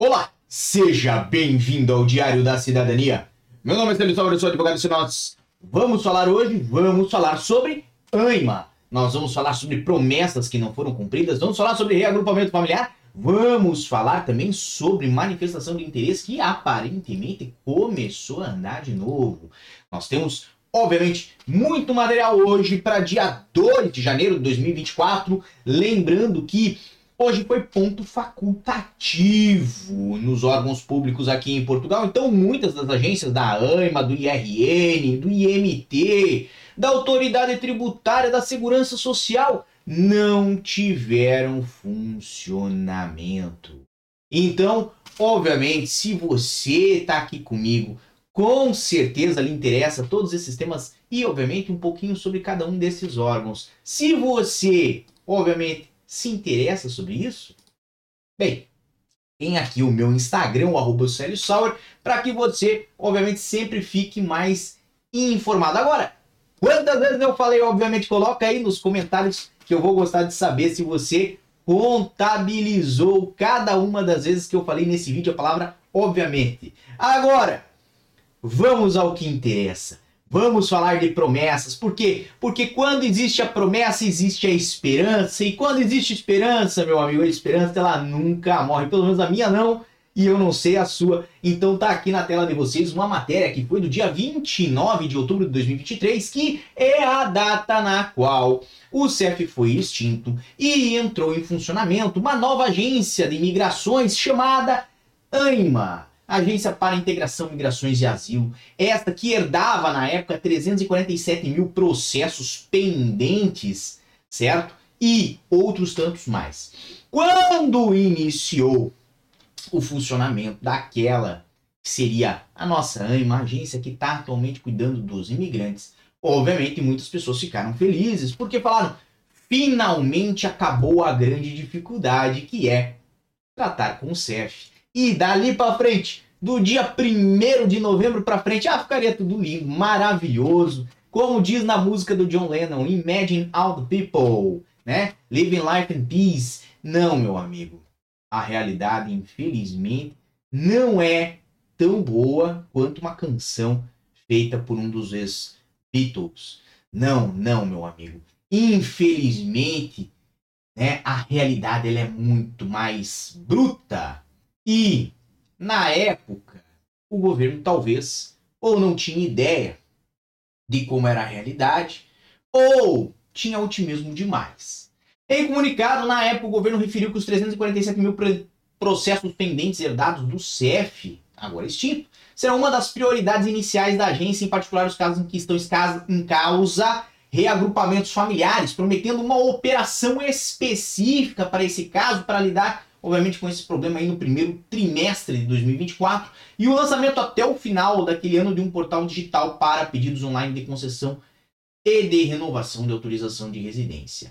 Olá, seja bem-vindo ao Diário da Cidadania. Meu nome é Célio Salvador, eu sou advogado e nós vamos falar sobre ANIMA. Nós vamos falar sobre promessas que não foram cumpridas, vamos falar sobre reagrupamento familiar, vamos falar também sobre manifestação de interesse que aparentemente começou a andar de novo. Nós temos, obviamente, muito material hoje para dia 2 de janeiro de 2024, lembrando que hoje foi ponto facultativo nos órgãos públicos aqui em Portugal, então muitas das agências da ANIMA, do IRN, do IMT, da Autoridade Tributária, da Segurança Social, não tiveram funcionamento. Então, obviamente, se você está aqui comigo, com certeza lhe interessa todos esses temas e, obviamente, um pouquinho sobre cada um desses órgãos. Se você, obviamente, se interessa sobre isso, bem, tem aqui o meu Instagram, o @CélioSauer, para que você, obviamente, sempre fique mais informado. Agora, quantas vezes eu falei, obviamente, coloca aí nos comentários que eu vou gostar de saber se você contabilizou cada uma das vezes que eu falei nesse vídeo a palavra obviamente. Agora, vamos ao que interessa. Vamos falar de promessas. Por quê? Porque quando existe a promessa, existe a esperança. E quando existe esperança, meu amigo, a esperança ela nunca morre. Pelo menos a minha não. E eu não sei a sua. Então tá aqui na tela de vocês uma matéria que foi do dia 29 de outubro de 2023, que é a data na qual o CEF foi extinto e entrou em funcionamento uma nova agência de imigrações chamada ANIMA. Agência para Integração, Migrações e Asilo, esta que herdava na época 347 mil processos pendentes, certo? E outros tantos mais. Quando iniciou o funcionamento daquela que seria a nossa ANIMA, a agência que está atualmente cuidando dos imigrantes, obviamente muitas pessoas ficaram felizes, porque falaram, finalmente acabou a grande dificuldade que é tratar com o CEF. E dali para frente, do dia 1º de novembro para frente, ficaria tudo lindo, maravilhoso. Como diz na música do John Lennon, Imagine all the people, né? Living life in peace. Não, meu amigo. A realidade, infelizmente, não é tão boa quanto uma canção feita por um dos ex-Beatles. Não, meu amigo. Infelizmente, né, a realidade ela é muito mais bruta. E, na época, o governo talvez ou não tinha ideia de como era a realidade, ou tinha otimismo demais. Em comunicado, na época, o governo referiu que os 347 mil processos pendentes herdados do CEF, agora extinto, serão uma das prioridades iniciais da agência, em particular os casos em que estão em causa reagrupamentos familiares, prometendo uma operação específica para esse caso, para lidar obviamente com esse problema aí no primeiro trimestre de 2024, e o lançamento até o final daquele ano de um portal digital para pedidos online de concessão e de renovação de autorização de residência.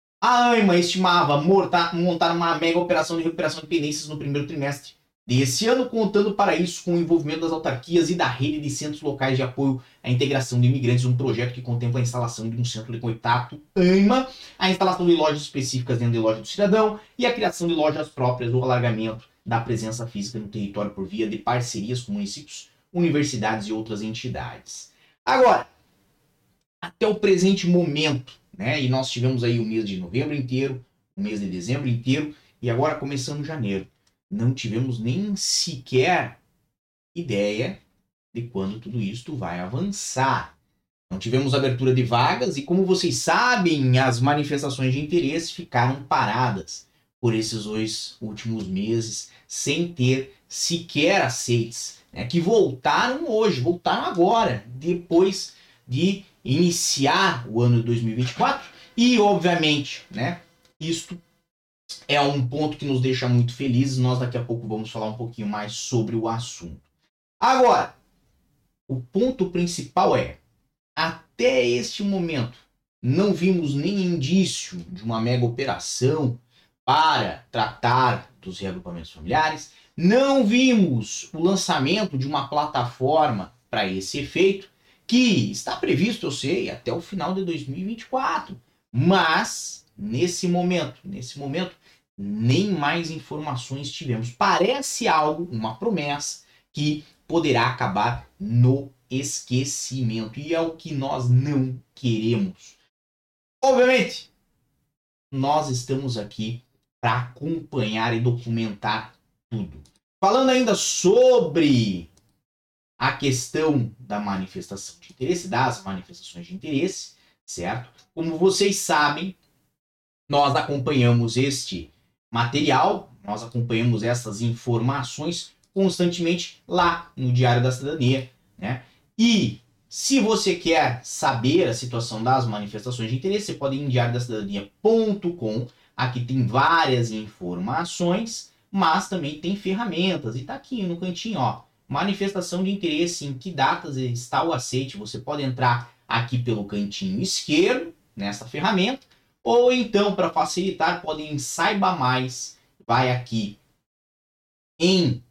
A ANIMA estimava montar uma mega operação de recuperação de pendências no primeiro trimestre desse ano, contando para isso com o envolvimento das autarquias e da rede de centros locais de apoio à integração de imigrantes, um projeto que contempla a instalação de um centro de contato ANIMA, a instalação de lojas específicas dentro de loja do cidadão e a criação de lojas próprias ou alargamento da presença física no território por via de parcerias com municípios, universidades e outras entidades. Agora, até o presente momento, né, e nós tivemos aí o mês de novembro inteiro, o mês de dezembro inteiro e agora começando janeiro, não tivemos nem sequer ideia de quando tudo isso vai avançar. Não tivemos abertura de vagas e, como vocês sabem, as manifestações de interesse ficaram paradas por esses 2 últimos meses, sem ter sequer aceites, né, que voltaram hoje, voltaram agora, depois de iniciar o ano de 2024 e, obviamente, né, isto é um ponto que nos deixa muito felizes. Nós daqui a pouco vamos falar um pouquinho mais sobre o assunto. Agora, o ponto principal é, até este momento, não vimos nem indício de uma mega operação para tratar dos reagrupamentos familiares, não vimos o lançamento de uma plataforma para esse efeito, que está previsto, eu sei, até o final de 2024, mas nesse momento, nem mais informações tivemos. Parece algo, uma promessa, que poderá acabar no esquecimento. E é o que nós não queremos. Obviamente, nós estamos aqui para acompanhar e documentar tudo. Falando ainda sobre a questão da manifestação de interesse, das manifestações de interesse, certo? Como vocês sabem, nós acompanhamos este material, nós acompanhamos essas informações constantemente lá no Diário da Cidadania, né? E se você quer saber a situação das manifestações de interesse, você pode ir em diariodacidadania.com. Aqui tem várias informações, mas também tem ferramentas. E tá aqui no cantinho, ó. Manifestação de interesse, em que datas está o aceite. Você pode entrar aqui pelo cantinho esquerdo, nessa ferramenta, ou então, para facilitar, pode ir em Saiba Mais, vai aqui em...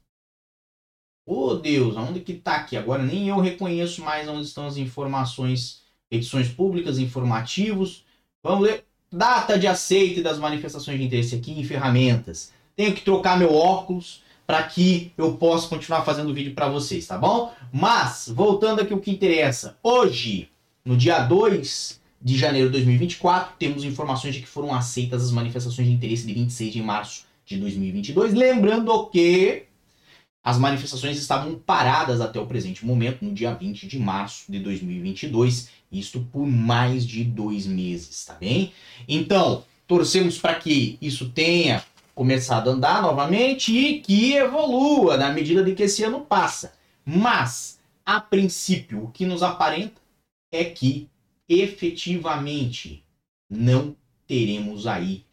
Oh Deus, aonde que tá aqui? Agora nem eu reconheço mais onde estão as informações, petições públicas, informativos. Vamos ler. Data de aceite das manifestações de interesse aqui em ferramentas. Tenho que trocar meu óculos para que eu possa continuar fazendo vídeo para vocês, tá bom? Mas, voltando aqui o que interessa. Hoje, no dia 2 de janeiro de 2024, temos informações de que foram aceitas as manifestações de interesse de 26 de março de 2022. Lembrando que as manifestações estavam paradas até o presente momento, no dia 20 de março de 2022, isto por mais de 2 meses, tá bem? Então, torcemos para que isso tenha começado a andar novamente e que evolua na medida de que esse ano passa. Mas, a princípio, o que nos aparenta é que efetivamente não teremos aí,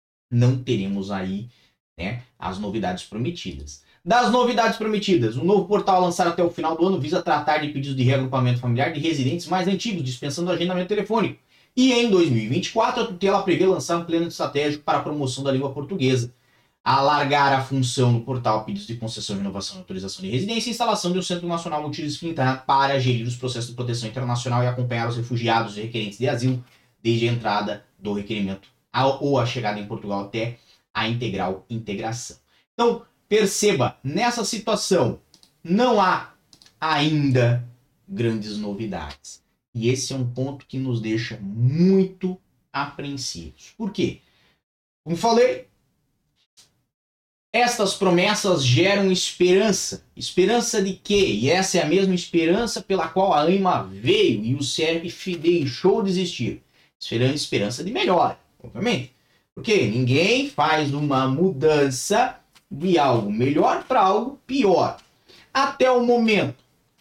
né, as novidades prometidas. Das novidades prometidas, o novo portal lançado até o final do ano visa tratar de pedidos de reagrupamento familiar de residentes mais antigos, dispensando o agendamento telefônico. E em 2024, a tutela prevê lançar um plano estratégico para a promoção da língua portuguesa, alargar a função no portal pedidos de concessão, renovação e autorização de residência e instalação de um Centro Nacional Multidisciplinar para gerir os processos de proteção internacional e acompanhar os refugiados e requerentes de asilo desde a entrada do requerimento ou a chegada em Portugal até a integral integração. Então, perceba, nessa situação não há ainda grandes novidades. E esse é um ponto que nos deixa muito apreensivos. Por quê? Como falei, estas promessas geram esperança. Esperança de quê? E essa é a mesma esperança pela qual a AIMA veio e o CERF deixou de existir. Esperança de melhora, obviamente. Porque ninguém faz uma mudança de algo melhor para algo pior. Até o momento,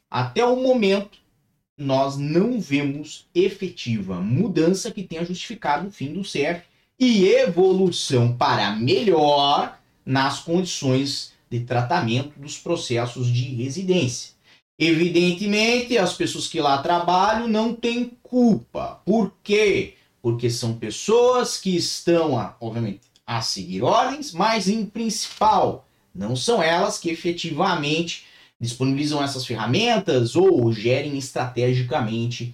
nós não vemos efetiva mudança que tenha justificado o fim do CERF e evolução para melhor nas condições de tratamento dos processos de residência. Evidentemente, as pessoas que lá trabalham não têm culpa. Por quê? Porque são pessoas que estão, obviamente, a seguir ordens, mas em principal, não são elas que efetivamente disponibilizam essas ferramentas ou gerem estrategicamente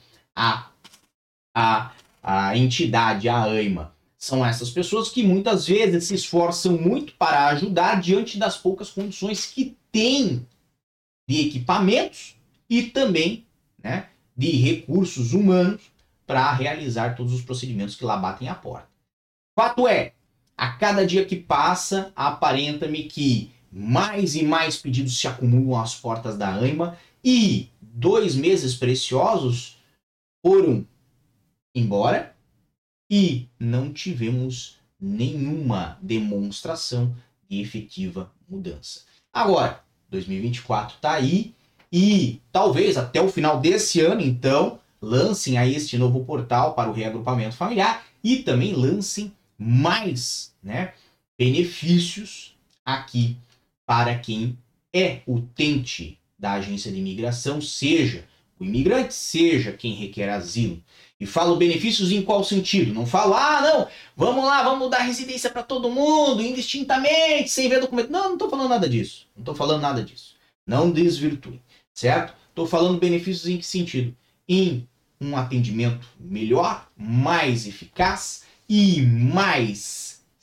a entidade, a AIMA. São essas pessoas que muitas vezes se esforçam muito para ajudar diante das poucas condições que têm de equipamentos e também, né, de recursos humanos para realizar todos os procedimentos que lá batem à porta. Fato é, a cada dia que passa, aparenta-me que mais e mais pedidos se acumulam às portas da AIMA e 2 meses preciosos foram embora e não tivemos nenhuma demonstração de efetiva mudança. Agora, 2024 está aí e talvez até o final desse ano, então, lancem aí este novo portal para o reagrupamento familiar e também lancem mais, né, benefícios aqui para quem é utente da agência de imigração, seja o imigrante, seja quem requer asilo. E falo benefícios em qual sentido? Não falo, não, vamos lá, vamos dar residência para todo mundo, indistintamente, sem ver documento. Não estou falando nada disso. Não desvirtue, certo? Estou falando benefícios em que sentido? Em um atendimento melhor, mais eficaz e mais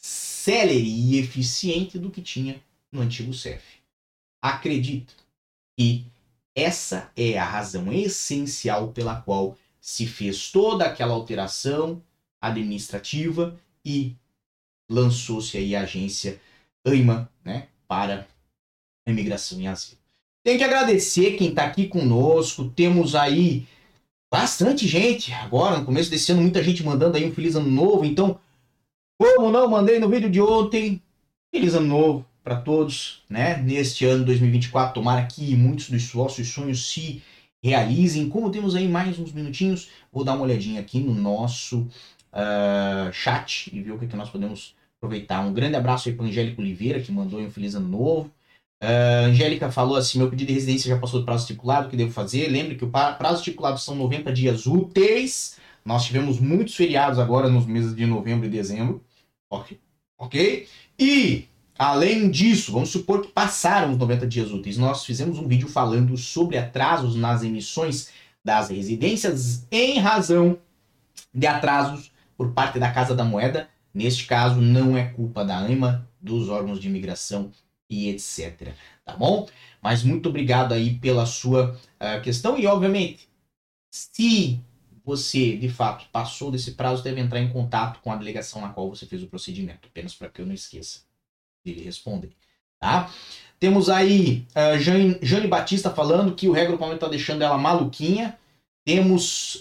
célere e eficiente do que tinha no antigo CEF. Acredito que essa é a razão essencial pela qual se fez toda aquela alteração administrativa e lançou-se aí a agência AIMA, né, para a imigração e asilo. Tenho que agradecer quem está aqui conosco. Temos aí bastante gente agora, no começo desse ano, muita gente mandando aí um feliz ano novo. Então, como não mandei no vídeo de ontem, feliz ano novo para todos, né? Neste ano 2024, tomara que muitos dos vossos sonhos se realizem. Como temos aí mais uns minutinhos, vou dar uma olhadinha aqui no nosso chat e ver o que nós podemos aproveitar. Um grande abraço aí para Angélica Oliveira, que mandou um feliz ano novo. Angélica falou assim: meu pedido de residência já passou do prazo estipulado, o que devo fazer? Lembre que o prazo estipulado são 90 dias úteis. Nós tivemos muitos feriados agora nos meses de novembro e dezembro. Ok? E, além disso, vamos supor que passaram os 90 dias úteis. Nós fizemos um vídeo falando sobre atrasos nas emissões das residências em razão de atrasos por parte da Casa da Moeda. Neste caso, não é culpa da AIMA, dos órgãos de imigração e etc. Tá bom? Mas muito obrigado aí pela sua questão. E, obviamente, se você, de fato, passou desse prazo, deve entrar em contato com a delegação na qual você fez o procedimento. Apenas para que eu não esqueça de lhe responder. Tá? Temos aí Jane Batista falando que o reagrupamento está deixando ela maluquinha. Temos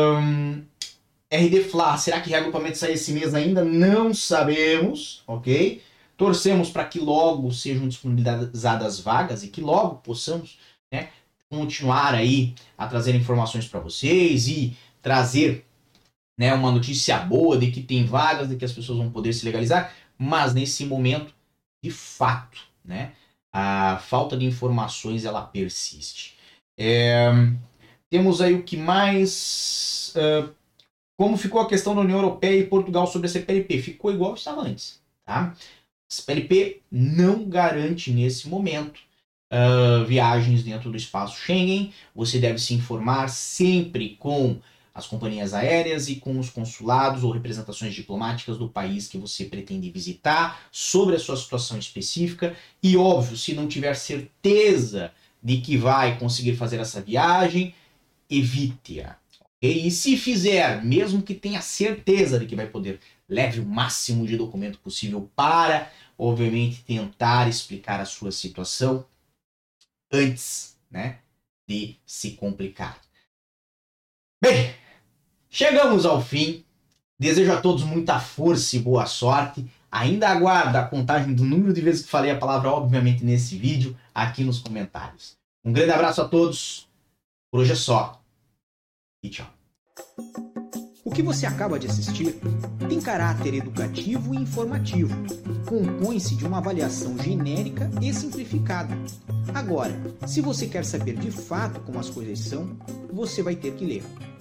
RD Flá, será que reagrupamento sai esse mês ainda? Não sabemos, ok? Torcemos para que logo sejam disponibilizadas vagas e que logo possamos, né, continuar aí a trazer informações para vocês e trazer, né, uma notícia boa de que tem vagas, de que as pessoas vão poder se legalizar, mas nesse momento, de fato, né, a falta de informações ela persiste. Temos aí o que mais... como ficou a questão da União Europeia e Portugal sobre a CPLP? Ficou igual estava antes, tá? A CPLP não garante nesse momento viagens dentro do espaço Schengen. Você deve se informar sempre com as companhias aéreas e com os consulados ou representações diplomáticas do país que você pretende visitar sobre a sua situação específica. E óbvio, se não tiver certeza de que vai conseguir fazer essa viagem, evite-a. Okay? E se fizer, mesmo que tenha certeza de que vai poder, leve o máximo de documento possível para, obviamente, tentar explicar a sua situação antes, né, de se complicar. Bem, chegamos ao fim. Desejo a todos muita força e boa sorte. Ainda aguardo a contagem do número de vezes que falei a palavra, obviamente, nesse vídeo, aqui nos comentários. Um grande abraço a todos. Por hoje é só. E tchau. O que você acaba de assistir tem caráter educativo e informativo. Compõe-se de uma avaliação genérica e simplificada. Agora, se você quer saber de fato como as coisas são, você vai ter que ler.